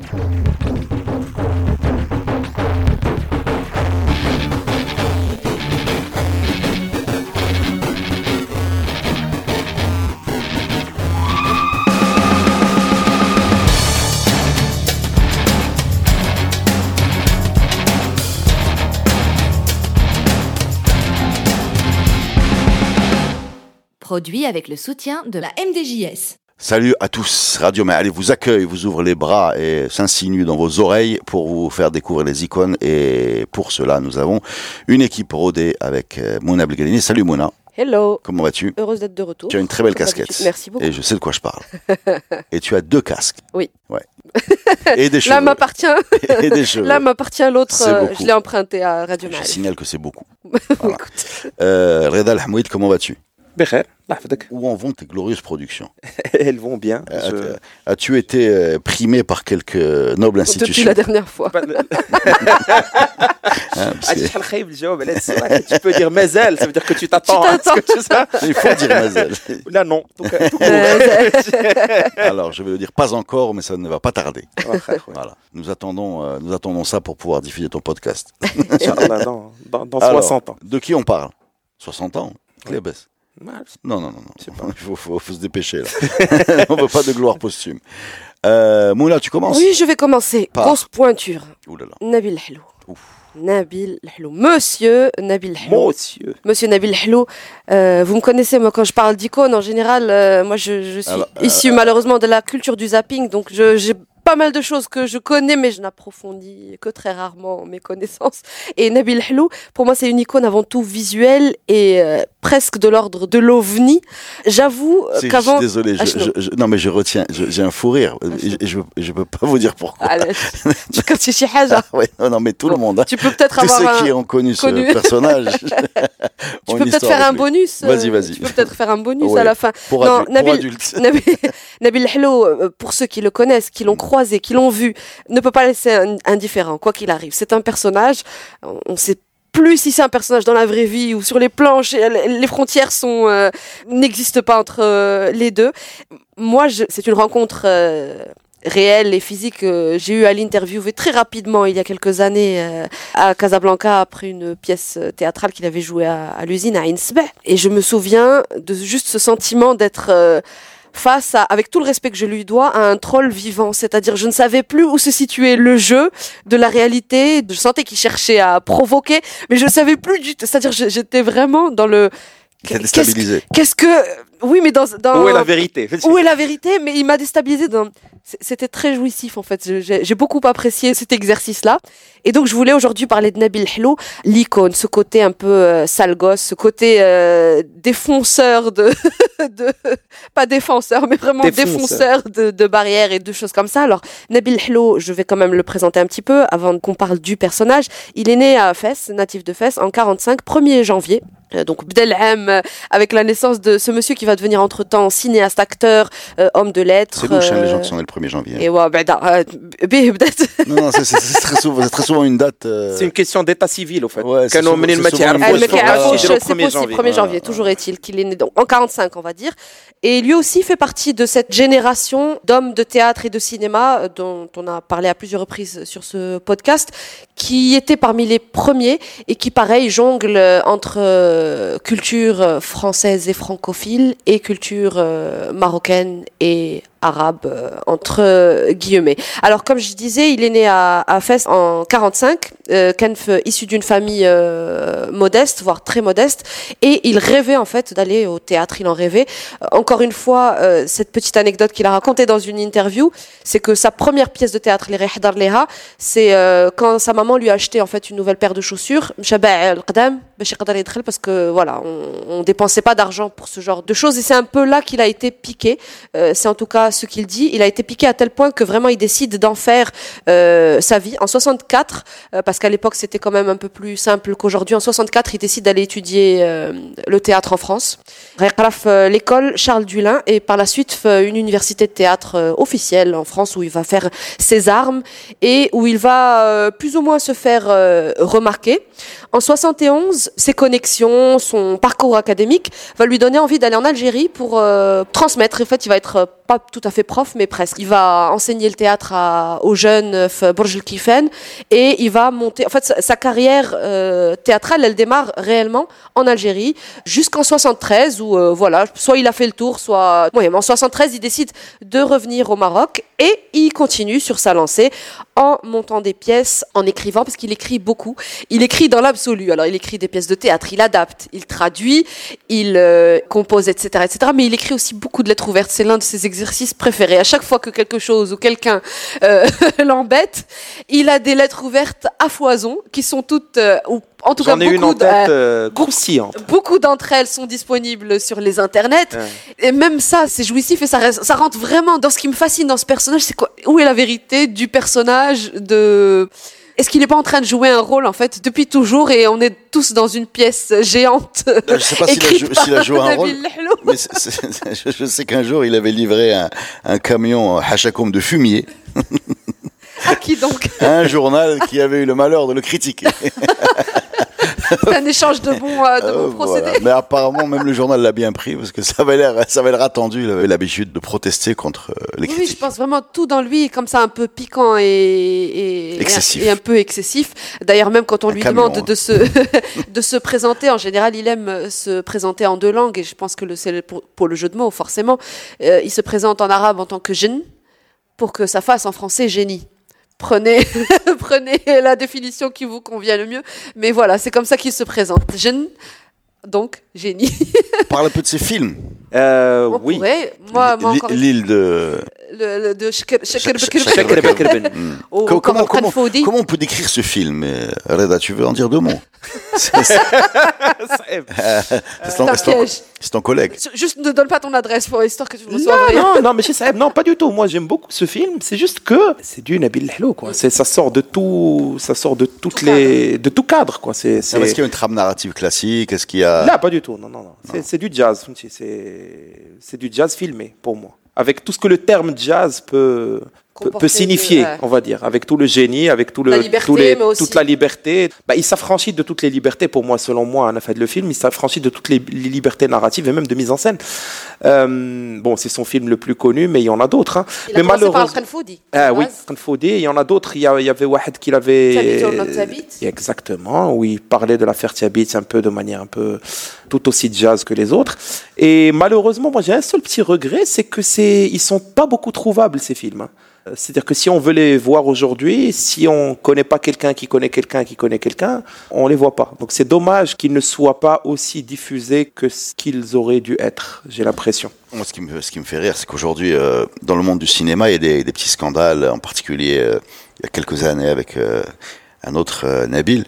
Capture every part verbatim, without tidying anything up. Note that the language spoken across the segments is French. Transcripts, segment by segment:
Produit avec le soutien de la M D J S. Salut à tous, Radio Ma'ali vous accueille, vous ouvre les bras et s'insinue dans vos oreilles pour vous faire découvrir les icônes. Et pour cela, nous avons une équipe rodée avec Mouna Belgalini. Salut Mouna. Hello. Comment vas-tu? Heureuse d'être de retour. Tu as une très belle casquette. Merci beaucoup. Et je sais de quoi je parle. Et tu as deux casques. Oui. Ouais. Et des cheveux. L'un m'appartient. Et des cheveux. L'un m'appartient, l'autre, euh, je l'ai emprunté à Radio Ma'ali. Je Ma'ali. signale que c'est beaucoup. Voilà. Écoute. Euh, Reda Al-Hamouid, comment vas-tu? Bkhair, Allah yahfadek. Où en vont tes glorieuses productions? Elles vont bien. Euh, Je... As-tu été euh, primé par quelques nobles institutions? Depuis la dernière fois. Hein, parce que- Tu peux dire mazel, ça veut dire que tu t'attends à ce que tu sais. Il faut dire mazel. Là, non. Donc, euh, tout court. Euh, Alors, je vais le dire pas encore, mais ça ne va pas tarder. Voilà. Nous attendons, euh, nous attendons ça pour pouvoir diffuser ton podcast. Inch'Allah, dans, dans, dans Alors, soixante ans. De qui on parle? soixante ans? Les baisses. Ouais, Non, non, non, non. Il faut, faut, faut se dépêcher, là. On veut pas de gloire posthume. Euh, Moula, tu commences? Oui, je vais commencer. Par- Grosse pointure. Ouh là là. Nabil Helou. Ouf. Nabil Helou. Monsieur Nabil Helou. Monsieur. Monsieur Nabil Helou, euh, vous me connaissez, moi, quand je parle d'icône, en général, euh, moi, je, je suis Alors, euh, issue malheureusement de la culture du zapping, donc je, j'ai pas mal de choses que je connais, mais je n'approfondis que très rarement mes connaissances. Et Nabil Helou, pour moi, c'est une icône avant tout visuelle et euh, presque de l'ordre de l'ovni. J'avoue euh, C'est- qu'avant... Je suis désolé, je, Ah, je- je- je- non mais je retiens, je- j'ai un fou rire, et, et je, je peux pas vous dire pourquoi. Ah, là, tu quand tu sais haja. Ah ouais, non, non, mais tout le monde, hein. Tu peux peut-être Tous avoir ceux un... qui ont connu ce connu. personnage. Tu ont peux une peut-être histoire faire un avec lui. bonus. euh, Vas-y, vas-y. Tu peux peut-être faire un bonus Ouais. à la fin. Pour, Non, adu- Nabil- pour adultes. Nabil, Nabil Helou, euh, pour ceux qui le connaissent, qui l'ont croisé, qui l'ont vu, ne peut pas laisser un- indifférent, quoi qu'il arrive. C'est un personnage, on ne sait plus si c'est un personnage dans la vraie vie ou sur les planches, et les frontières sont euh, n'existent pas entre euh, les deux. Moi, je, c'est une rencontre euh, réelle et physique que j'ai eu à l'interviewer très rapidement il y a quelques années euh, à Casablanca après une pièce théâtrale qu'il avait jouée à, à l'usine à Insbeh. Et je me souviens de juste ce sentiment d'être euh, face à, avec tout le respect que je lui dois, à un troll vivant. C'est-à-dire, je ne savais plus où se situait le jeu de la réalité. Je sentais qu'il cherchait à provoquer, mais je ne savais plus du tout. C'est-à-dire, je- j'étais vraiment dans le... T'es Qu'est-ce, déstabilisé. qu'est-ce que... Oui, mais dans... dans... Où est la vérité? Où est la vérité? Mais il m'a déstabilisé. Dans... C- C'était très jouissif, en fait. Je- J'ai, j'ai beaucoup apprécié cet exercice-là. Et donc, je voulais aujourd'hui parler de Nabil Helou, l'icône, ce côté un peu euh, sale gosse, ce côté euh, défonceur de, de... Pas défenseur, mais vraiment Défonceur. défonceur de, de barrières et de choses comme ça. Alors, Nabil Helou, je vais quand même le présenter un petit peu avant qu'on parle du personnage. Il est né à Fès, natif de Fès, en quarante-cinq, premier janvier. Euh, donc, Bdel Am, euh, avec la naissance de ce monsieur qui va devenir entre-temps cinéaste, acteur, euh, homme de lettres. C'est louche, hein, les gens euh, qui sont nés le premier janvier. Et ouais, ben, euh, bih, peut-être. Non, non, c'est, c'est- c'est très souvent, c'est très souvent une date. euh, C'est une question d'état civil, au fait. Ouais, c'est كانوا souvent- من c'est ما souvent une تعرفوش Ah, fausse le formation. Caravouche, c'est le c'est premier possible, janvier. premier Voilà, janvier. voilà. Toujours est-il qu'il est né donc, en quarante-cinq, on va dire. Et lui aussi fait partie de cette génération d'hommes de théâtre et de cinéma euh, dont on a parlé à plusieurs reprises sur ce podcast, qui étaient parmi les premiers et qui, pareil, jonglent euh, entre euh, culture euh, française et francophile et culture euh, marocaine et arabe, euh, entre euh, guillemets. Alors, comme je disais, il est né à, à Fès en quarante-cinq, euh, Kenf, issu d'une famille euh, modeste, voire très modeste, et il rêvait en fait d'aller au théâtre, il en rêvait. Euh, encore une fois, euh, cette petite anecdote qu'il a racontée dans une interview, c'est que sa première pièce de théâtre, les Rehdar Leha, c'est euh, quand sa maman lui a acheté en fait une nouvelle paire de chaussures, Mshaba'a al-Qdam, باش يقدر يدخل, parce que voilà, on, on dépensait pas d'argent pour ce genre de choses, et c'est un peu là qu'il a été piqué. Euh, c'est en tout cas ce qu'il dit. Il a été piqué à tel point que vraiment il décide d'en faire euh, sa vie. En soixante-quatre, euh, parce qu'à l'époque c'était quand même un peu plus simple qu'aujourd'hui, en soixante-quatre, il décide d'aller étudier euh, le théâtre en France. Rekraf euh, l'école Charles Dulin, et par la suite fait une université de théâtre euh, officielle en France où il va faire ses armes et où il va euh, plus ou moins se faire euh, remarquer. En soixante et onze, ses connexions, son parcours académique va lui donner envie d'aller en Algérie pour euh, transmettre. En fait, il va être pas tout à fait prof, mais presque. Il va enseigner le théâtre à, aux jeunes à Burj Al Kifan et il va monter. En fait, sa, sa carrière euh, théâtrale, elle démarre réellement en Algérie jusqu'en soixante-treize où euh, voilà, soit il a fait le tour, soit oui, mais en soixante-treize il décide de revenir au Maroc et il continue sur sa lancée en montant des pièces, en écrivant parce qu'il écrit beaucoup. Il écrit dans l'absolu. Alors il écrit des pièces de théâtre, il adapte, il traduit, il euh, compose, et cetera, et cetera. Mais il écrit aussi beaucoup de lettres ouvertes. C'est l'un de ses exercices préférés. À chaque fois que quelque chose ou quelqu'un euh, l'embête, il a des lettres ouvertes à foison qui sont toutes, euh, ou en tout J'en cas ai une en beaucoup, tête de, euh, croustillante. beaucoup d'entre elles sont disponibles sur les internets. Ouais. Et même ça, c'est jouissif et ça, reste- ça rentre vraiment dans ce qui me fascine dans ce personnage. C'est quoi? Où est la vérité du personnage de... Est-ce qu'il n'est pas en train de jouer un rôle, en fait, depuis toujours et on est tous dans une pièce géante Euh, Je sais pas s'il a, écrite jou- par s'il a joué un rôle, Nabil Lehlou. mais c'est- c'est- je, je sais qu'un jour il avait livré un, un camion Hachakoum de fumier À qui donc? à un journal qui avait eu le malheur de le critiquer. C'est un échange de bons, euh, de Euh, bons procédés. voilà. Mais apparemment, même le journal l'a bien pris parce que ça avait l'air, ça avait l'air attendu. Il avait l'habitude de protester contre euh, les Oui, oui, je critiques. pense vraiment tout dans lui est comme ça un peu piquant et, et, Excessif. et un peu excessif. D'ailleurs, même quand on Un lui camion, demande hein. de se de se présenter, en général, il aime se présenter en deux langues et je pense que le, c'est pour, pour le jeu de mots, forcément. Euh, il se présente en arabe en tant que jinn pour que ça fasse en français génie. Prenez, prenez la définition qui vous convient le mieux. Mais voilà, c'est comme ça qu'il se présente. Jinn, donc génie. Parle un peu de ses films. Euh, On oui. pourrait, moi, moi L- encore, L'île de. le, le- de Shakir Shakir Sh- Bakir Sh- Shakir Bakir Ben. Hmm. Ou Co- encore comment, Khan comment, Foudi. comment on peut décrire ce film euh, Reda, tu veux en dire deux mots? C'est c'est- C'est- c'est ton, un c'est ton- piège. c'est ton collègue. Juste ne donne pas ton adresse pour histoire que tu reçoives Non, rien. non, non, mais chez Saeb, non, pas du tout. Moi, j'aime beaucoup ce film. C'est juste que c'est du Nabil Lehlou, quoi. C'est, ça sort de tout, ça sort de toutes Tout les, de tout cadre, quoi. C'est, c'est... Est-ce qu'il y a une trame narrative classique? Est-ce qu'il y a. Là, pas du tout. Non, non, non. C'est, c'est du jazz. C'est, c'est du jazz filmé pour moi. Avec tout ce que le terme jazz peut, peut, Comporter peut signifier, de- ouais. on va dire, avec tout le génie, avec tout le, La liberté, tous les- mais aussi- toute la liberté. Bah, il s'affranchit de toutes les libertés, pour moi, selon moi, en a fait le film, il s'affranchit de toutes les, les libertés narratives et même de mise en scène. Euh, bon, c'est son film le plus connu, mais il y en a d'autres. Hein. Il a mais commencé par Khan Foudi. Ah oui, Khan Foudi, il y en a d'autres. Il y, a- il y avait Wahed qui l'avait. Thabit or not Thabit. Exactement, où il parlait de l'affaire Thabit un peu de manière un peu tout aussi jazz que les autres. Et malheureusement, moi j'ai un seul petit regret, c'est que c'est ils sont pas beaucoup trouvables ces films. hein. Euh, C'est-à-dire que si on veut les voir aujourd'hui, si on connaît pas quelqu'un qui connaît quelqu'un qui connaît quelqu'un, on les voit pas. Donc c'est dommage qu'ils ne soient pas aussi diffusés que ce qu'ils auraient dû être. J'ai l'impression. Moi, ce qui me, ce qui me fait rire, c'est qu'aujourd'hui, euh, dans le monde du cinéma, il y a des, des petits scandales, en particulier euh, il y a quelques années avec euh, un autre euh, Nabil.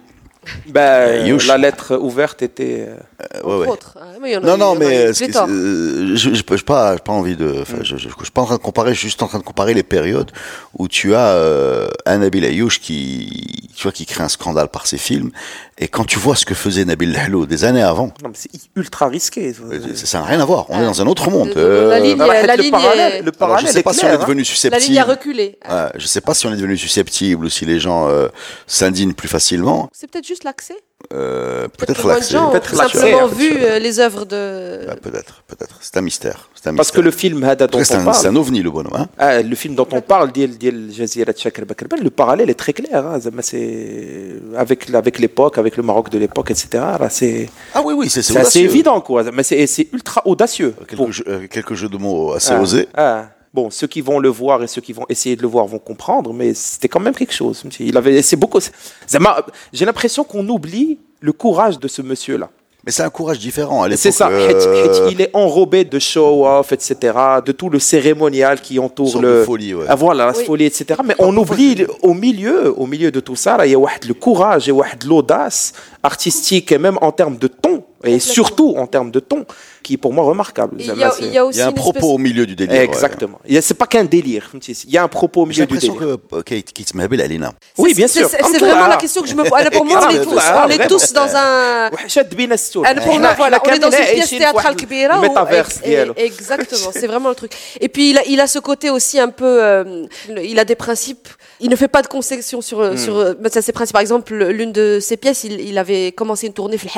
Ben, Youch. la lettre ouverte était. euh, Euh, ouais, Entre ouais. autres. Ah, mais il y en a Non, eu- non, il y en a mais eu euh, ce qui- pléthore. euh, je n'ai pas, j'ai pas envie de. enfin, Je ne suis pas en train de comparer, je suis juste en train de comparer les périodes où tu as euh, un Nabil Ayouch qui, tu vois, qui crée un scandale par ses films. Et quand tu vois ce que faisait Nabil Lehlou des années avant, Non, mais c'est ultra risqué. euh, ça ça n'a rien à voir. On est dans un autre monde. Le- le- la ligne- Non, mais la le ligne parallèle, est- le Alors, parallèle je sais est pas si on clair, est hein. devenu La susceptible. ligne a reculé. Ouais, je sais pas si on est devenu susceptible ou si les gens euh, s'indignent plus facilement. C'est peut-être juste l'accès. Euh, Peut-être peut-être que moins de l'accès. gens ont Peut-être tout l'accès, simplement hein, vu peut-être. euh, les œuvres de... Ouais, peut-être, peut-être. C'est un mystère. C'est un Parce que mystère. le film Hada En tout dont cas, c'est on un, parle, c'est un ovni le bonhomme. Hein. ah, le film dont on parle, Diel Diel Jazira Shakir Bakir Ben, le parallèle est très clair. Hein. Zama, c'est avec avec l'époque, avec le Maroc de l'époque, et cetera. Là, c'est Ah oui, oui, c'est c'est c'est assez audacieux. évident, quoi. Mais c'est c'est ultra audacieux. Quelques, Pour- jeux, euh, quelques jeux de mots assez Ah, osés. ah. Bon, ceux qui vont le voir et ceux qui vont essayer de le voir vont comprendre, mais c'était quand même quelque chose. Il avait, c'est beaucoup. Zama, j'ai l'impression qu'on oublie le courage de ce monsieur-là. Mais c'est un courage différent. À l'époque, C'est ça. euh, Il est enrobé de show-off, et cetera, de tout le cérémonial qui entoure sorte le. de folie, ouais. Ah, voilà, la Oui. folie, et cetera. Mais on oublie le- au milieu, au milieu de tout ça, là, il y a واحد le courage et واحد l'audace artistique et même en termes de ton, et Complètement. surtout en termes de ton, qui est pour moi remarquable. Il y a, il y a Il aussi y a un une propos espèce- au milieu du délire. ouais. Exactement. Il y a- C'est pas qu'un délire. Il y a un propos au J'ai milieu du l'impression délire. que euh, Kate Kate Mabel, elle est là. Oui, C'est- bien c'est- sûr. C'est Comme c'est toi, vraiment hein. la question que je me pose. Alors, pour moi, on est tous, Ah, on est vraiment. tous dans un... وحشد بينا السود. Alors, pour إحنا- moi, voilà, إحنا on est dans كاملين une pièce عايشين في théâtrale واحد كبيرة où- الميتافيرس et- ديالو. et- Exactement, c'est vraiment le truc. Et puis, il a, il a ce côté aussi un peu... euh, le- il a des principes. Il ne fait pas de concessions sur, sur euh, ça, ses principes. Par exemple, l'une de ses pièces, il, il avait commencé une tournée في الحاجب.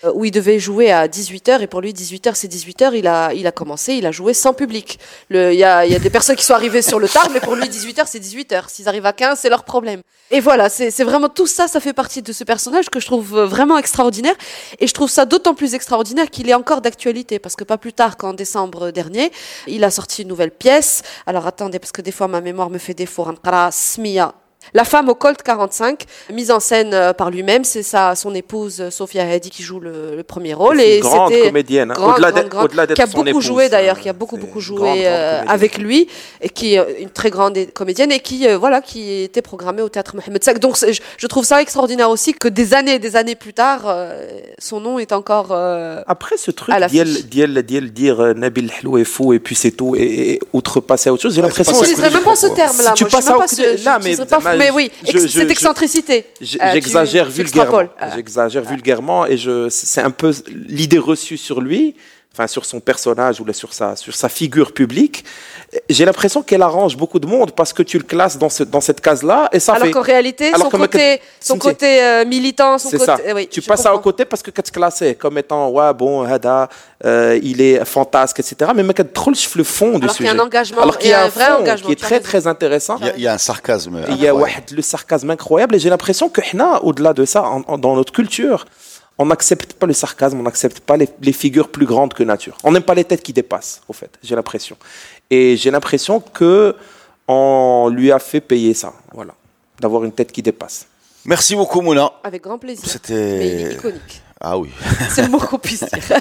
où il devait jouer à dix-huit heures, et pour lui, dix-huit heures, c'est dix-huit heures, il a, il a commencé, il a joué sans public. Le, il y a, il y a des personnes qui sont arrivées sur le tard, mais pour lui, dix-huit heures, c'est dix-huit heures. S'ils arrivent à quinze, c'est leur problème. Et voilà, c'est, c'est vraiment tout ça, ça fait partie de ce personnage que je trouve vraiment extraordinaire. Et je trouve ça d'autant plus extraordinaire qu'il est encore d'actualité, parce que pas plus tard qu'en décembre dernier, il a sorti une nouvelle pièce. Alors attendez, parce que des fois ma mémoire me fait défaut. Smia. La femme au Colt quarante-cinq, mise en scène par lui-même, c'est sa, son épouse Sophia Hadi qui joue le, le premier rôle. C'est et une grande c'était comédienne, hein. grande, au-delà, grande, d'être, grande, au-delà d'être qui a son beaucoup épouse, joué d'ailleurs, euh, qui a beaucoup beaucoup une joué grande, euh, grande avec lui, et qui est une très grande comédienne et qui euh, voilà, qui était programmée au théâtre Mohamed cinq. Donc je, je trouve ça extraordinaire aussi que des années, des années plus tard, euh, son nom est encore. Euh, Après ce truc, à l'affiche. d'il, d'il, d'il dire euh, Nabil Helou est fou et puis c'est tout, et, et outrepasser à autre chose, j'ai Ouais, l'impression. c'est pas je ça n'utiliserais même pas ce quoi. terme-là. Si tu moi, je passes sais même à pas autre- ce- je là, n'utiliserais mais- pas- mais mais oui, je- ex- je- cette je- excentricité. J- Euh, J'exagère tu- tu vulgairement. extrapoles. Euh, J'exagère vulgairement et je, c'est un peu l'idée reçue sur lui, enfin sur son personnage ou là, sur sa, sur sa figure publique. J'ai l'impression qu'elle arrange beaucoup de monde parce que tu le classes dans, ce, dans cette case-là et ça Alors fait. qu'en réalité, Alors son que- côté, son c'est- côté euh, militant, son C'est côté. ça. eh oui, tu je passes à comprends. côté parce que quand tu classais comme étant ouais bon Hada, euh, il est fantasque et cetera. Mais mec, trop le fond du Alors qu'il y sujet. a un engagement, Alors qu'il y a un, un vrai fond engagement. qui est tu as très raison. très intéressant. Il y a, il y a un sarcasme. Il y a incroyable. ouais, le sarcasme incroyable et j'ai l'impression que hna, au-delà de ça, en- en- dans notre culture, on n'accepte pas le sarcasme, on n'accepte pas les, les figures plus grandes que nature. On n'aime pas les têtes qui dépassent, au fait, j'ai l'impression. Et j'ai l'impression que on lui a fait payer ça, voilà, d'avoir une tête qui dépasse. Merci beaucoup, Mouna. Avec grand plaisir. Mais il C'était. est iconique. Ah oui. C'est le mot qu'on puisse dire.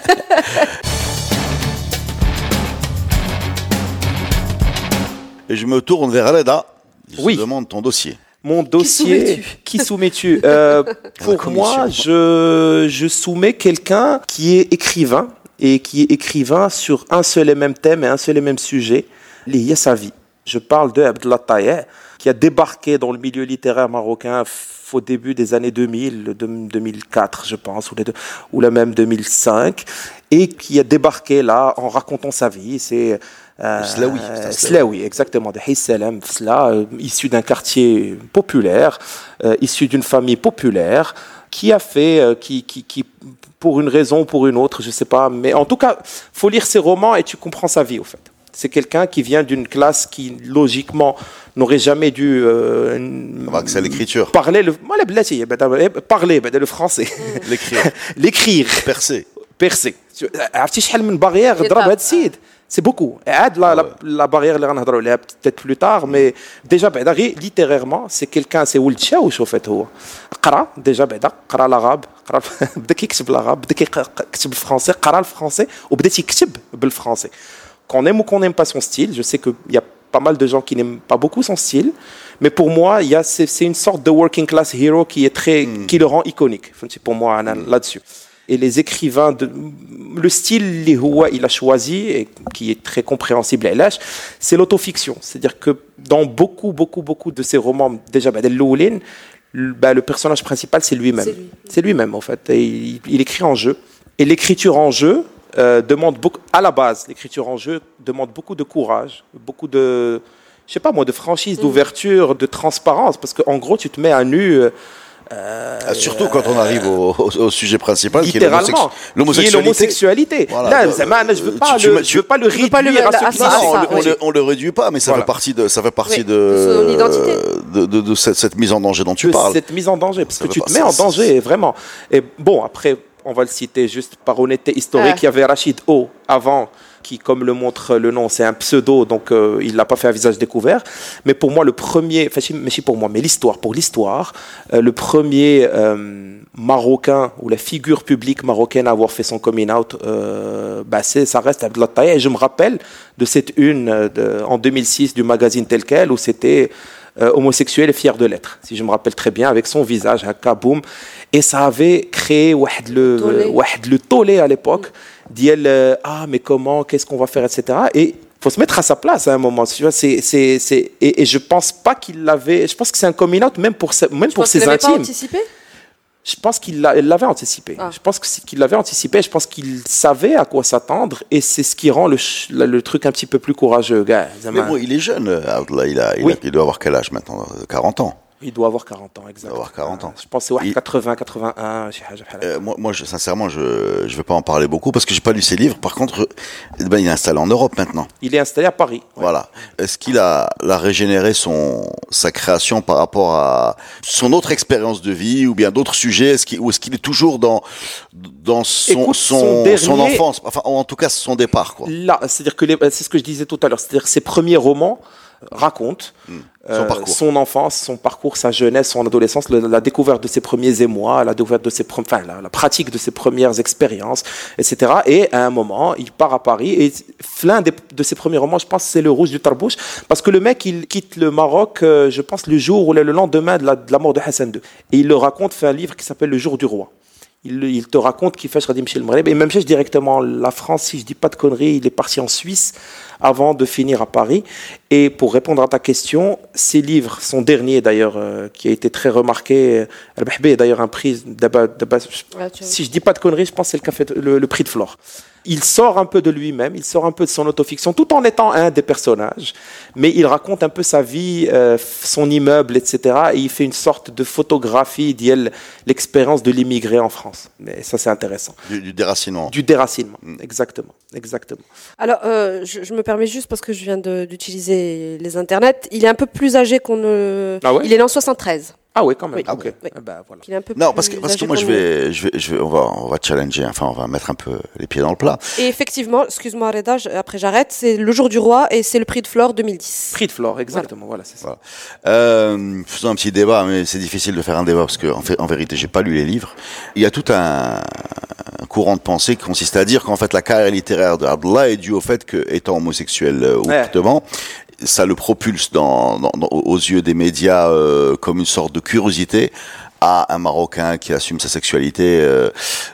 Et je me tourne vers Reda. Je Oui. te demande ton dossier. Mon dossier, soumets-tu qui soumets-tu Euh, Pour commission. moi, je, je soumets quelqu'un qui est écrivain et qui est écrivain sur un seul et même thème et un seul et même sujet, lié à sa vie. Je parle de Abdellah Taïeh, qui a débarqué dans le milieu littéraire marocain f- au début des années deux mille, de- deux mille quatre, je pense, ou, les deux, ou la même deux mille cinq, et qui a débarqué là en racontant sa vie. C'est euh, Slaoui, c'est un Slaoui. Slaoui, exactement, de Hay Salem, Fsla, euh, issu d'un quartier populaire, euh, issu d'une famille populaire, qui a fait, euh, qui, qui, qui, pour une raison ou pour une autre, je sais pas, mais en tout cas, faut lire ses romans et tu comprends sa vie, au fait. C'est quelqu'un qui vient d'une classe qui, logiquement, n'aurait jamais dû euh, Avoir accès à l'écriture. parler le, voilà, بلاتي، بدأ- parler بدأ le français, L'écrire. l'écrire, Percer. percer. عرفتي شحال من بارير Étape. ضرب هذا السيد. C'est beaucoup. عاد la, la, la barrière اللي غنهضروا عليها peut-être plus tard, mais déjà بعدا غير littérairement c'est quelqu'un, c'est ولد شاوش au fait هو. قرا déjà بعدا قرا العرب، قرا بدا كيكتب العرب، بدا كيكتب الفرنسي، قرا الفرنسي وبدا يكتب بالفرنسي. Qu'on aime ou qu'on n'aime pas son style, je sais qu'il y a pas mal de gens qui n'aiment pas beaucoup son style, mais pour moi, il y a, c'est, c'est une sorte de working class hero qui est très, mm. qui le rend iconique. C'est pour moi mm. là-dessus. Et les écrivains, de, le style les Houa, il a choisi et qui est très compréhensible, c'est l'autofiction. C'est-à-dire que dans beaucoup, beaucoup, beaucoup de ses romans, déjà, bah, bah, le personnage principal, c'est lui-même. C'est lui. C'est lui-même, en fait. Et il, il écrit en jeu. Et l'écriture en jeu, Euh, demande beaucoup, à la base, l'écriture en jeu demande beaucoup de courage, beaucoup de, je sais pas moi, de franchise, mmh. d'ouverture, de transparence, parce qu'en gros, tu te mets à nu. Euh, ah, surtout quand on arrive au, au, au sujet principal, littéralement, qui est l'homosexualité. Qui est l'homosexualité. Voilà. Là, euh, je veux pas tu, le, tu, je veux pas le réduire pas le, à ce à qu'il ça, non, ça, on, oui. le, on le réduit pas, mais ça voilà. fait partie de, ça fait partie oui, de, de son identité. de, de, de cette, cette mise en danger dont tu de parles. Cette mise en danger, parce ça que tu pas, te mets ça, en danger, ça, vraiment. Et bon, après, on va le citer juste par honnêteté historique. Ah. Il y avait Rachid O avant, qui, comme le montre le nom, c'est un pseudo, donc euh, il l'a pas fait à visage découvert. Mais pour moi, le premier, enfin, mais si pour moi, mais l'histoire, pour l'histoire, euh, le premier euh, Marocain ou la figure publique marocaine à avoir fait son coming out, euh, bah c'est, ça reste Abdellah Taïeh. Et je me rappelle de cette une de, en deux mille six du magazine Tel Quel où c'était euh, homosexuel et fier de l'être, si je me rappelle très bien, avec son visage, un kaboum. Et ça avait créé ouahd le, ouahd le tollé à l'époque. Diel, euh, ah, mais comment, qu'est-ce qu'on va faire, et cetera. Et il faut se mettre à sa place à un moment. Tu vois, c'est, c'est, c'est, et, et je pense pas qu'il l'avait. Je pense que c'est un coming out même pour, même je pour pense ses qu'il intimes. Pas anticipé Je pense qu'il l'a, il l'avait anticipé. Ah. Je pense que c'est, qu'il l'avait anticipé. Je pense qu'il savait à quoi s'attendre. Et c'est ce qui rend le, le, le truc un petit peu plus courageux, gars. Mais bon, il est jeune, Abdellah. Il, a, il, oui. a, il doit avoir quel âge maintenant ? quarante ans. Il doit avoir quarante ans, exactement. Il doit avoir quarante ans. Je pense que c'est Il- quatre-vingts, quatre-vingt-un. Euh, moi, moi je, sincèrement, je je vais pas en parler beaucoup parce que j'ai pas lu ses livres. Par contre, eh ben, il est installé en Europe maintenant. Il est installé à Paris. Ouais. Voilà. Est-ce qu'il a, a régénéré son, sa création par rapport à son autre expérience de vie ou bien d'autres sujets? Est-ce qu'il, ou est-ce qu'il est toujours dans, dans son, Écoute, son, son dernier- son enfance? Enfin, en tout cas, son départ, quoi. Là, c'est-à-dire que les- c'est ce que je disais tout à l'heure. C'est-à-dire que ses premiers romans racontent Mmh. euh, Son parcours. son enfance, son parcours, sa jeunesse, son adolescence, le- la découverte de ses premiers émois, la découverte de ses, pre- enfin, la, la pratique de ses premières expériences, et cetera. Et à un moment, il part à Paris et l'un des- de ses premiers romans, je pense, c'est Le Rouge du Tarbouch, parce que le mec, il quitte le Maroc, euh, je pense, le jour ou le le lendemain de la, de la mort de Hassan deux. Et il le raconte, fait un livre qui s'appelle Le Jour du Roi. Il, il te raconte qu'il fait Shradim chez le Maghreb et même cherche directement la France, si je dis pas de conneries, il est parti en Suisse avant de finir à Paris. Et pour répondre à ta question, ses livres, son dernier d'ailleurs, euh, qui a été très remarqué, Al-Bahbi est d'ailleurs un prix, d'aba- d'aba- Ouais, tu vois. si je dis pas de conneries, je pense que c'est le, café, le, le prix de Flore. Il sort un peu de lui-même, il sort un peu de son autofiction, tout en étant un des personnages, mais il raconte un peu sa vie, euh, son immeuble, et cetera. Et il fait une sorte de photographie d'elle, l'expérience de l'immigré en France. Mais ça, c'est intéressant. Du, du déracinement. Du déracinement, exactement, exactement. Alors, euh, je, je me permets juste parce que je viens de- d'utiliser les internets. Il est un peu plus âgé qu'on ne. Ah ouais Il est né en soixante-treize. Ah oui, quand même. Oui. Ok. Oui. Ah bah, voilà. Il est un peu Non, plus parce que, parce que âgé moi, je qu'on ne- vais, je vais, je vais, on va, on va challenger, enfin, on va mettre un peu les pieds dans le plat. Et effectivement, excuse-moi Reda, je- après j'arrête, c'est Le Jour du Roi et c'est le prix de Flore deux mille dix. Prix de Flore, exactement. Voilà, c'est ça. Voilà. Euh, faisons un petit débat, mais c'est difficile de faire un débat parce que, en fait, en vérité, j'ai pas lu les livres. Il y a tout un, un courant de pensée qui consiste à dire qu'en fait, la carrière littéraire de Abdullah est due au fait que, étant homosexuel euh, Ouais. ouvertement, ça le propulse dans, dans, dans- aux yeux des médias euh, comme une sorte de curiosité à un Marocain qui assume sa sexualité euh,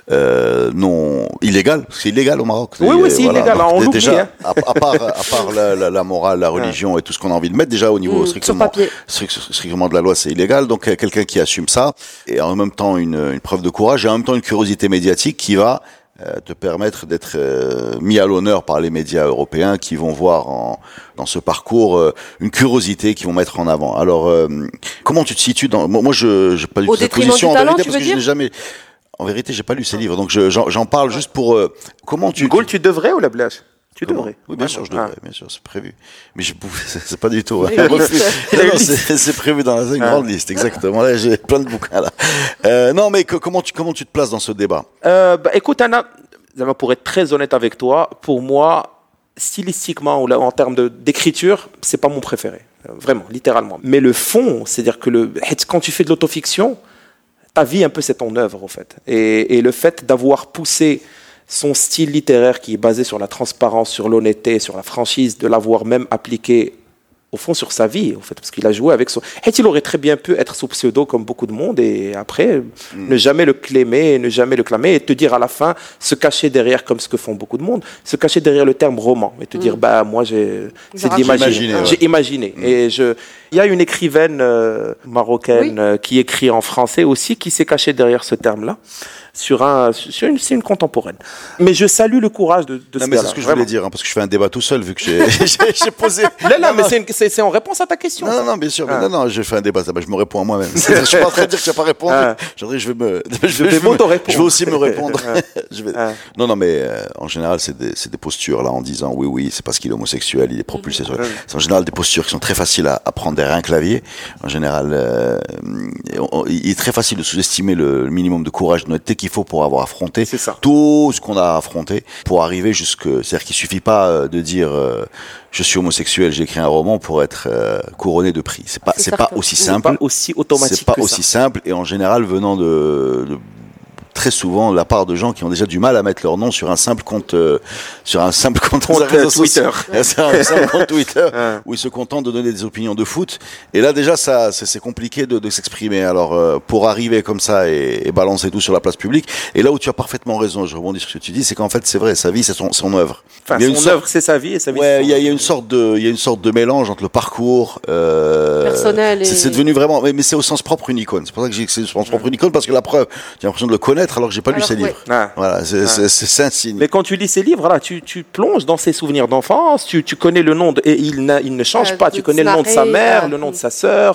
euh, non illégale. C'est illégal au Maroc. Oui, oui, Et c'est illégal, Donc, on l'oublie, déjà, hein. à, à part, à part la, la, la morale, la religion et tout ce qu'on a envie de mettre, déjà au niveau Mmh, sur strictement, papier. strict- strictement de la loi, c'est illégal. Donc euh, quelqu'un qui assume ça et en même temps une, une preuve de courage et en même temps une curiosité médiatique qui va euh, te permettre d'être euh, mis à l'honneur par les médias européens qui vont voir en, dans ce parcours euh, une curiosité qu'ils vont mettre en avant. Alors, euh, comment tu te situes dans... Moi, moi je j'ai pas lu Au cette détriment position du en talent, vérité tu parce veux que je n'ai dire jamais... En vérité, j'ai pas lu ces livres, donc je- j'en j'en parle juste pour... euh, comment tu... Gaulle, tu devrais ou la blâche? Tu Comment devrais. Oui, bien sûr, je Ah. devrais, bien sûr, c'est prévu. Mais je pouvais, c'est c'est pas du tout. Il y a une liste. Non, non, c'est c'est prévu dans la- une Ah. grande liste, exactement. Là, j'ai plein de bouquins là. Euh, non, mais que- comment tu comment tu te places dans ce débat? Euh, bah, écoute, Anna, Zama, pour être très honnête avec toi, pour moi, stylistiquement ou là, en termes de- d'écriture, c'est pas mon préféré. Euh, Vraiment, littéralement. Mais le fond, c'est-à-dire que le, quand tu fais de l'autofiction, ta vie, un peu, c'est ton œuvre, au fait. Et, et le fait d'avoir poussé son style littéraire qui est basé sur la transparence, sur l'honnêteté, sur la franchise, de l'avoir même appliqué au fond sur sa vie, en fait, parce qu'il a joué avec son... Et il aurait très bien pu être sous pseudo comme beaucoup de monde et après Mm. ne jamais le claimer, ne jamais le clamer et te dire à la fin, se cacher derrière comme ce que font beaucoup de monde, se cacher derrière le terme roman et te dire bah moi j'ai c'est de raconté. l'imaginer, Imaginé, ouais. j'ai imaginé Mm. et je il y a une écrivaine euh, marocaine Oui. euh, qui écrit en français aussi qui s'est cachée derrière ce terme-là sur un sur une c'est une contemporaine. Mais je salue le courage de, de Non, ce mais c'est gars-là, ce que je vraiment. voulais dire, hein, parce que je fais un débat tout seul vu que j'ai j'ai- j'ai posé. Là, là, mais c'est une- c'est c'est en réponse à ta question. Non, ça. non, non, bien sûr. mais Ah. non, non, je fais un débat. Ça, bah, je me réponds à moi-même. Je suis pas en train de dire que tu n'as pas répondu. Ah. Je dirais, je vais me, je Je vais, vais je vais me- m'auto-répondre. je vais aussi me répondre. Ah. Je vais- Ah. Non, non, mais euh, en général, c'est des, c'est des postures là en disant oui, oui, c'est parce qu'il est homosexuel, il est propulsé sur. C'est en général des postures qui sont très faciles à, à prendre derrière un clavier. En général, euh, et on- il est très facile de sous-estimer le minimum de courage, de honnêteté qu'il faut pour avoir affronté C'est ça. tout ce qu'on a affronté pour arriver jusque. C'est-à-dire qu'il suffit pas euh, de dire euh, je suis homosexuel, j'ai écrit un roman pour être euh, couronné de prix. C'est pas, C'est c'est pas certain. aussi C'est simple. pas aussi automatique C'est pas que aussi ça. simple et en général venant de, de très souvent de la part de gens qui ont déjà du mal à mettre leur nom sur un simple compte euh, sur un simple compte, Compte, sur les réseaux euh, Twitter. sociaux. C'est un simple compte Twitter Ah. où ils se contentent de donner des opinions de foot et là déjà ça c'est c'est compliqué de, de s'exprimer. Alors euh, pour arriver comme ça et, et balancer tout sur la place publique et là où tu as parfaitement raison, je rebondis sur ce que tu dis, c'est qu'en fait c'est vrai, sa vie c'est son son œuvre. Enfin, Il y a une son sorte- œuvre, c'est sa vie et sa vie. Ouais, c'est il son y a, il y a œuvre. une sorte de, il y a une sorte de mélange entre le parcours euh, Personnel et- c'est, c'est devenu vraiment, mais, mais c'est au sens propre une icône. C'est pour ça que j'ai que c'est au sens propre une icône parce que la preuve, j'ai l'impression de le connaître alors que j'ai pas lu Alors, ses ouais. livres. Ah. Voilà, c'est, Ah. c'est, c'est, c'est un signe. Mais quand tu lis ses livres, voilà, tu, tu plonges dans ses souvenirs d'enfance, tu, tu connais le nom de, et il, n'a- il ne change Euh, pas, de tu connais le nom de sa Tsnaré, mère, euh, le nom mm. de sa sœur,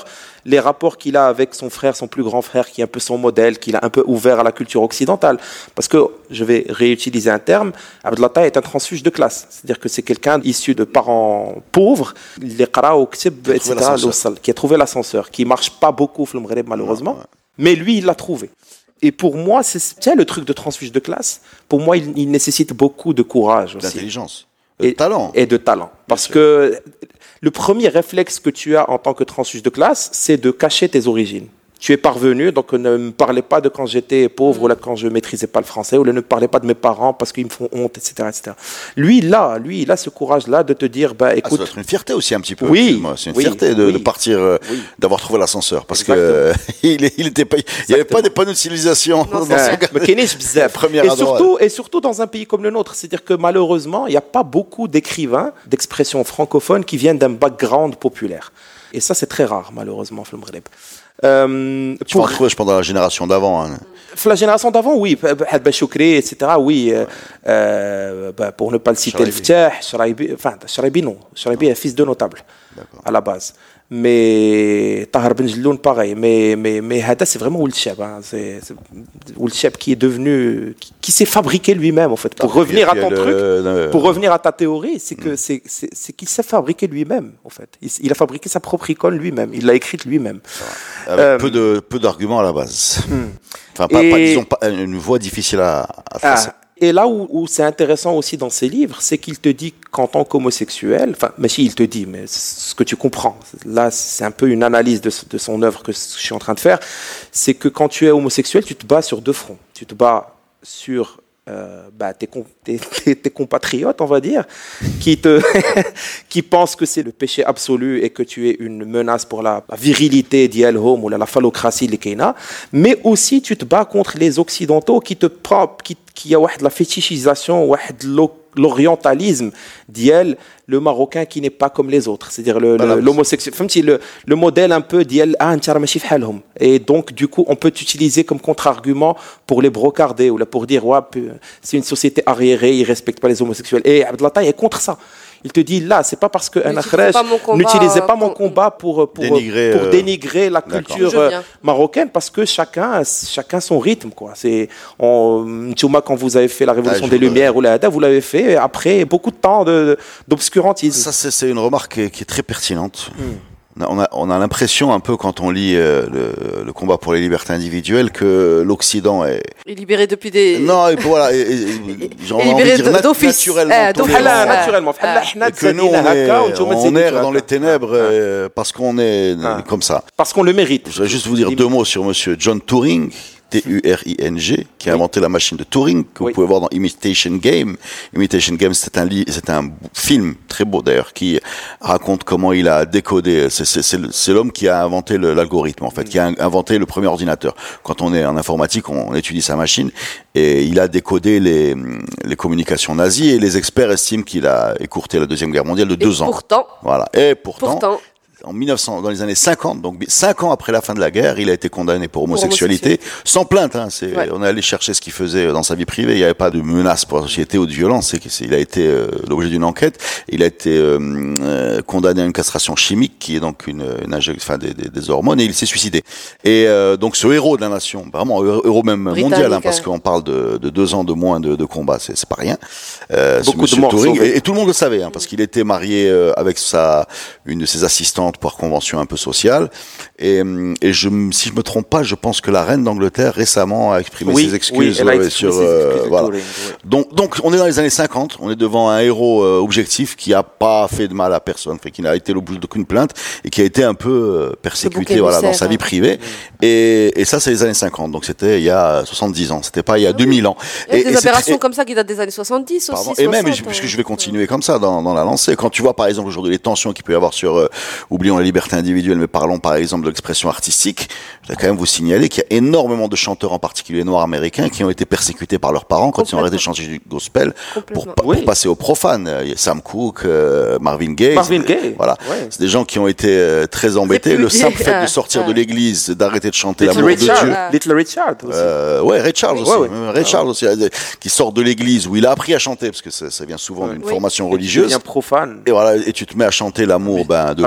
les rapports qu'il a avec son frère, son plus grand frère, qui est un peu son modèle, qu'il a un peu ouvert à la culture occidentale. Parce que, je vais réutiliser un terme, Abdelatta est un transfuge de classe. C'est-à-dire que c'est quelqu'un issu de parents pauvres, les qara ou ktib, et cetera, qui a trouvé l'ascenseur, qui marche pas beaucoup, malheureusement. Non, ouais. Mais lui, il l'a trouvé. Et pour moi, c'est tiens, le truc de transfuge de classe, pour moi, il, il nécessite beaucoup de courage aussi. D'intelligence, de et, talent. Et de talent. Parce que le premier réflexe que tu as en tant que transfuge de classe, c'est de cacher tes origines. Tu es parvenu, donc ne me parlez pas de quand j'étais pauvre mmh. ou là quand je maîtrisais pas le français, ou là, ne me parlez pas de mes parents parce qu'ils me font honte, et cetera, et cetera. Lui, là, lui, il a ce courage-là de te dire, bah, écoute. Ah, ça doit être une fierté aussi un petit peu. Oui. C'est une oui, fierté de, oui, de partir, euh, oui. d'avoir trouvé l'ascenseur, parce Exactement. que euh, il, il était pas, il n'y avait pas des panneaux de civilisation. Non, dans ce Première et surtout, et surtout dans un pays comme le nôtre, c'est-à-dire que malheureusement, il n'y a pas beaucoup d'écrivains, d'expressions francophones qui viennent d'un background populaire. Et ça, c'est très rare, malheureusement, au Maghreb. Euh, tu pour... vas en trouver, je pense, dans la génération d'avant. Hein. La génération d'avant, oui. Hadba Choukri, et cetera. Oui. Euh, euh, bah, pour ne pas le citer, le Ftah, Shraibi, enfin, Shraibi, non. Shraibi est fils de notable, à la base. Mais Tahar Ben Jelloun, pareil. Mais, mais, mais Hada, c'est vraiment Ould Cheb. Hein. C'est, c'est Ould Cheb qui est devenu, qui, qui s'est fabriqué lui-même, en fait. Pour ah, revenir à ton le, truc, le, pour revenir à ta théorie, c'est que mm. c'est, c'est, c'est qu'il s'est fabriqué lui-même, en fait. Il, il a fabriqué sa propre icône lui-même. Il l'a écrite lui-même. Avec euh, peu de, peu d'arguments à la base. Mm. Enfin, pas, et... pas, disons, pas une voix difficile à, à tracer. Ah. Et là où, où c'est intéressant aussi dans ses livres, c'est qu'il te dit qu'en tant qu'homosexuel, enfin, mais si il te dit, mais ce que tu comprends, là c'est un peu une analyse de, de son œuvre que je suis en train de faire, c'est que quand tu es homosexuel, tu te bats sur deux fronts. Tu te bats sur euh, bah, tes, tes, tes, tes compatriotes, on va dire, qui, te qui pensent que c'est le péché absolu et que tu es une menace pour la, la virilité d'Yel Home ou la, la phallocratie de l'Ikeina, mais aussi tu te bats contre les Occidentaux qui te qui qui a la fétichisation, l'orientalisme d'Yel, le Marocain qui n'est pas comme les autres, c'est-à-dire le, le, l'homosexuel, le, le modèle un peu d'Yel, ah, et donc du coup on peut t'utiliser comme contre-argument pour les brocarder ou là pour dire ouais, c'est une société arriérée, ils ne respectent pas les homosexuels. Et Abdelatta est contre ça. Il te dit là, c'est pas parce qu'un akhraj n'utilisait pas mon combat pour, pour, dénigrer, pour dénigrer la culture euh, marocaine, parce que chacun, chacun son rythme, quoi. C'est, on, quand vous avez fait la Révolution ah, des Lumières ou la Hada, vous l'avez fait après beaucoup de temps de, d'obscurantisme. Ça, c'est, c'est une remarque qui est, qui est très pertinente. Hmm. On a, on a l'impression un peu quand on lit euh, le, le combat pour les libertés individuelles que l'Occident est... est libéré depuis des... Non, et voilà, et, et, et, genre, est libéré on va dire d'office. Naturellement. Euh, tombé, euh, naturellement. Euh, et que nous, on, est, on erre dans les ténèbres euh, parce qu'on est ah. comme ça. Parce qu'on le mérite. Je vais juste vous dire deux mots sur monsieur John Turing, T U R I N G, qui a oui. inventé la machine de Turing, que oui. vous pouvez voir dans Imitation Game. Imitation Game, c'est un, li- c'est un film très beau d'ailleurs, qui raconte comment il a décodé. C'est, c'est, c'est, c'est l'homme qui a inventé le, l'algorithme, en fait, mmh. qui a inventé le premier ordinateur. Quand on est en informatique, on étudie sa machine, et il a décodé les, les communications nazies, et les experts estiment qu'il a écourté la Deuxième Guerre mondiale de deux et ans. Pourtant. Voilà. Et pourtant. pourtant En mille neuf cents, dans les années cinquante, donc cinq ans après la fin de la guerre, il a été condamné pour homosexualité, pour homosexualité. sans plainte. Hein, c'est, ouais. On est allé chercher ce qu'il faisait dans sa vie privée. Il n'y avait pas de menace pour la société ou de violence. C'est, c'est, il a été euh, l'objet d'une enquête. Il a été euh, euh, condamné à une castration chimique, qui est donc une, une injection, enfin des, des, des hormones, et il s'est suicidé. Et euh, donc ce héros de la nation, vraiment héros même Britannique, mondial, hein, parce qu'on parle de, de deux ans de moins de, de combat, c'est, c'est pas rien. Euh, Beaucoup de morts. Turing, et, et tout le monde le savait, hein, parce qu'il était marié euh, avec sa une de ses assistantes par convention un peu sociale, et, et je, si je me trompe pas, je pense que la reine d'Angleterre récemment a exprimé oui, ses excuses, oui, ouais, sur, euh, voilà. Touring, ouais. Donc, donc, on est dans les années cinquante, on est devant un héros euh, objectif qui a pas fait de mal à personne, fait, qui n'a été l'objet d'aucune plainte et qui a été un peu euh, persécuté, voilà, dans sa vie privée. Mmh. Et, et ça, c'est les années cinquante, donc c'était il y a soixante-dix ans, c'était pas il y a ah, deux mille ans. Il y a et, des et aberrations comme ça qui datent des années soixante-dix aussi. Pardon, et même, euh... puisque je vais continuer comme ça dans, dans la lancée, quand tu vois par exemple aujourd'hui les tensions qu'il peut y avoir sur, euh, oublions la liberté individuelle, mais parlons par exemple de l'expression artistique, je vais quand même vous signaler qu'il y a énormément de chanteurs, en particulier noirs américains, qui ont été persécutés par leurs parents quand ils ont arrêté de chanter du gospel pour, pour oui. passer au profane. Il y a Sam Cooke, euh, Marvin Gaye. Marvin Gaye. Voilà. Ouais. C'est des gens qui ont été euh, très embêtés. Le simple fait de sortir ah. de l'église, d'arrêter de chanter Little l'amour Richard. de Dieu. Ah. Little Richard aussi. Euh, ouais, Ray Charles aussi. Ouais, ouais. Ray Charles aussi, qui sort de l'église où il a appris à chanter, parce que ça, ça vient souvent ouais. d'une oui. formation religieuse. Il devient profane. Et voilà, et tu te mets à chanter l'amour, ben, de la, la vie,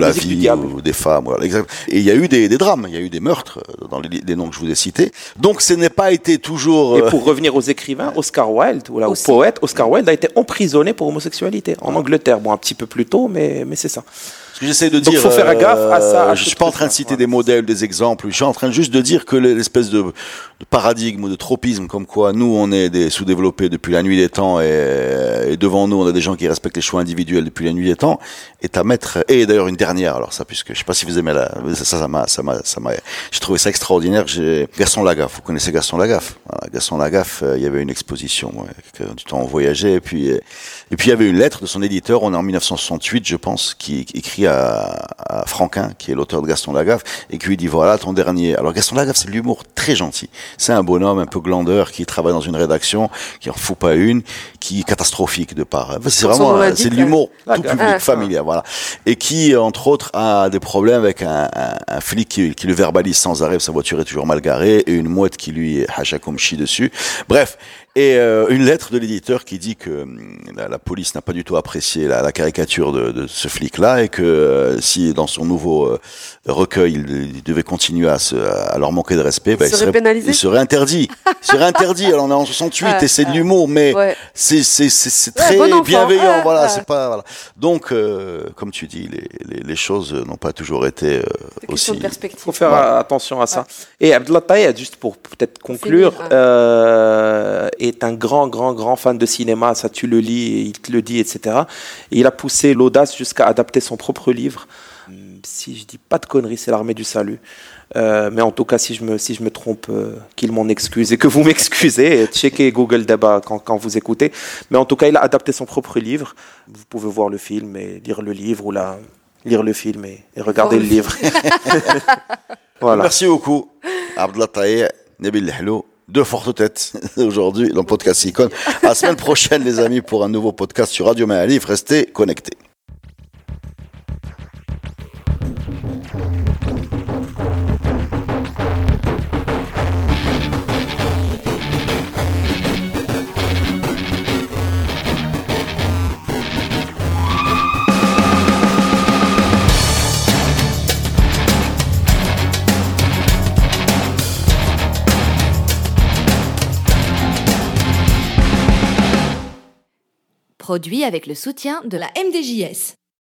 diable. ou des femmes. Voilà, exact. Et il y a eu des, des drames, il y a eu des meurtres dans les, les noms que je vous ai cités. Donc ce n'est pas été toujours... Et pour revenir aux écrivains, Oscar Wilde, ou là, au Aussi. poète, Oscar Wilde a été emprisonné pour homosexualité en Angleterre. Bon, un petit peu plus tôt, mais, mais c'est ça. Ce que j'essaie de Donc, dire, faut faire gaffe à ça, à je ce suis pas en train de truc-là, citer ouais. des modèles, des exemples. Je suis en train juste de dire que l'espèce de, de paradigme ou de tropisme, comme quoi nous on est des sous-développés depuis la nuit des temps et, et devant nous on a des gens qui respectent les choix individuels depuis la nuit des temps, est à mettre. Et d'ailleurs une dernière, alors ça, puisque je sais pas si vous aimez la, ça, ça m'a, ça m'a, ça m'a, j'ai trouvé ça extraordinaire. J'ai Gaston Lagaffe. Vous connaissez Gaston Lagaffe? Voilà, Gaston Lagaffe, euh, il y avait une exposition ouais, du temps on voyageait, et puis euh, et puis il y avait une lettre de son éditeur. On est en mille neuf cent soixante-huit, je pense, qui écrit à à Franquin, qui est l'auteur de Gaston Lagaffe, et qui lui dit voilà ton dernier. Alors Gaston Lagaffe, c'est de l'humour très gentil. C'est un bonhomme un peu glandeur qui travaille dans une rédaction, qui en fout pas une, qui est catastrophique de part. C'est Comme son vraiment, nom l'indique, c'est de l'humour hein. tout Lagaffe. public, Ah. familial, voilà. Et qui, entre autres, a des problèmes avec un, un, un flic qui, qui le verbalise sans arrêt, sa voiture est toujours mal garée, et une mouette qui lui hacha comme chie dessus. Bref. Et euh, une lettre de l'éditeur qui dit que hum, la, la police n'a pas du tout apprécié la, la caricature de, de ce flic-là, et que euh, si dans son nouveau euh, recueil il, il devait continuer à, se, à leur manquer de respect, bah, il, serait serait, pénalisé. il serait interdit. Il serait interdit. Alors on est en soixante-huit Ah, et c'est de ah. l'humour, mais Ouais. c'est c'est c'est c'est Ouais, très bon enfant. bienveillant. Ah, voilà, ah. c'est pas voilà. Donc euh, comme tu dis, les, les, les choses n'ont pas toujours été euh, C'est question aussi. de perspective. Il faut faire Ouais. attention à ça. Et Abdullah Taïeb, juste pour peut-être conclure, Finir, hein. euh, est un grand, grand, grand fan de cinéma. Ça, tu le lis, et il te le dit, et cetera. Et il a poussé l'audace jusqu'à adapter son propre livre. Si je dis pas de conneries, c'est l'Armée du Salut. Euh, mais en tout cas, si je me, si je me trompe, euh, qu'il m'en excuse et que vous m'excusez. Checkez Google Débat quand, quand vous écoutez. Mais en tout cas, il a adapté son propre livre. Vous pouvez voir le film et lire le livre, ou là, lire le film et, et regarder Oh, le livre. Voilà. Merci beaucoup, Abdullah Taïeb, Nabil Hello. Deux fortes têtes aujourd'hui dans le podcast Icône. À la semaine prochaine, les amis, pour un nouveau podcast sur Radio Maalif. Restez connectés. Produit avec le soutien de la M D J S.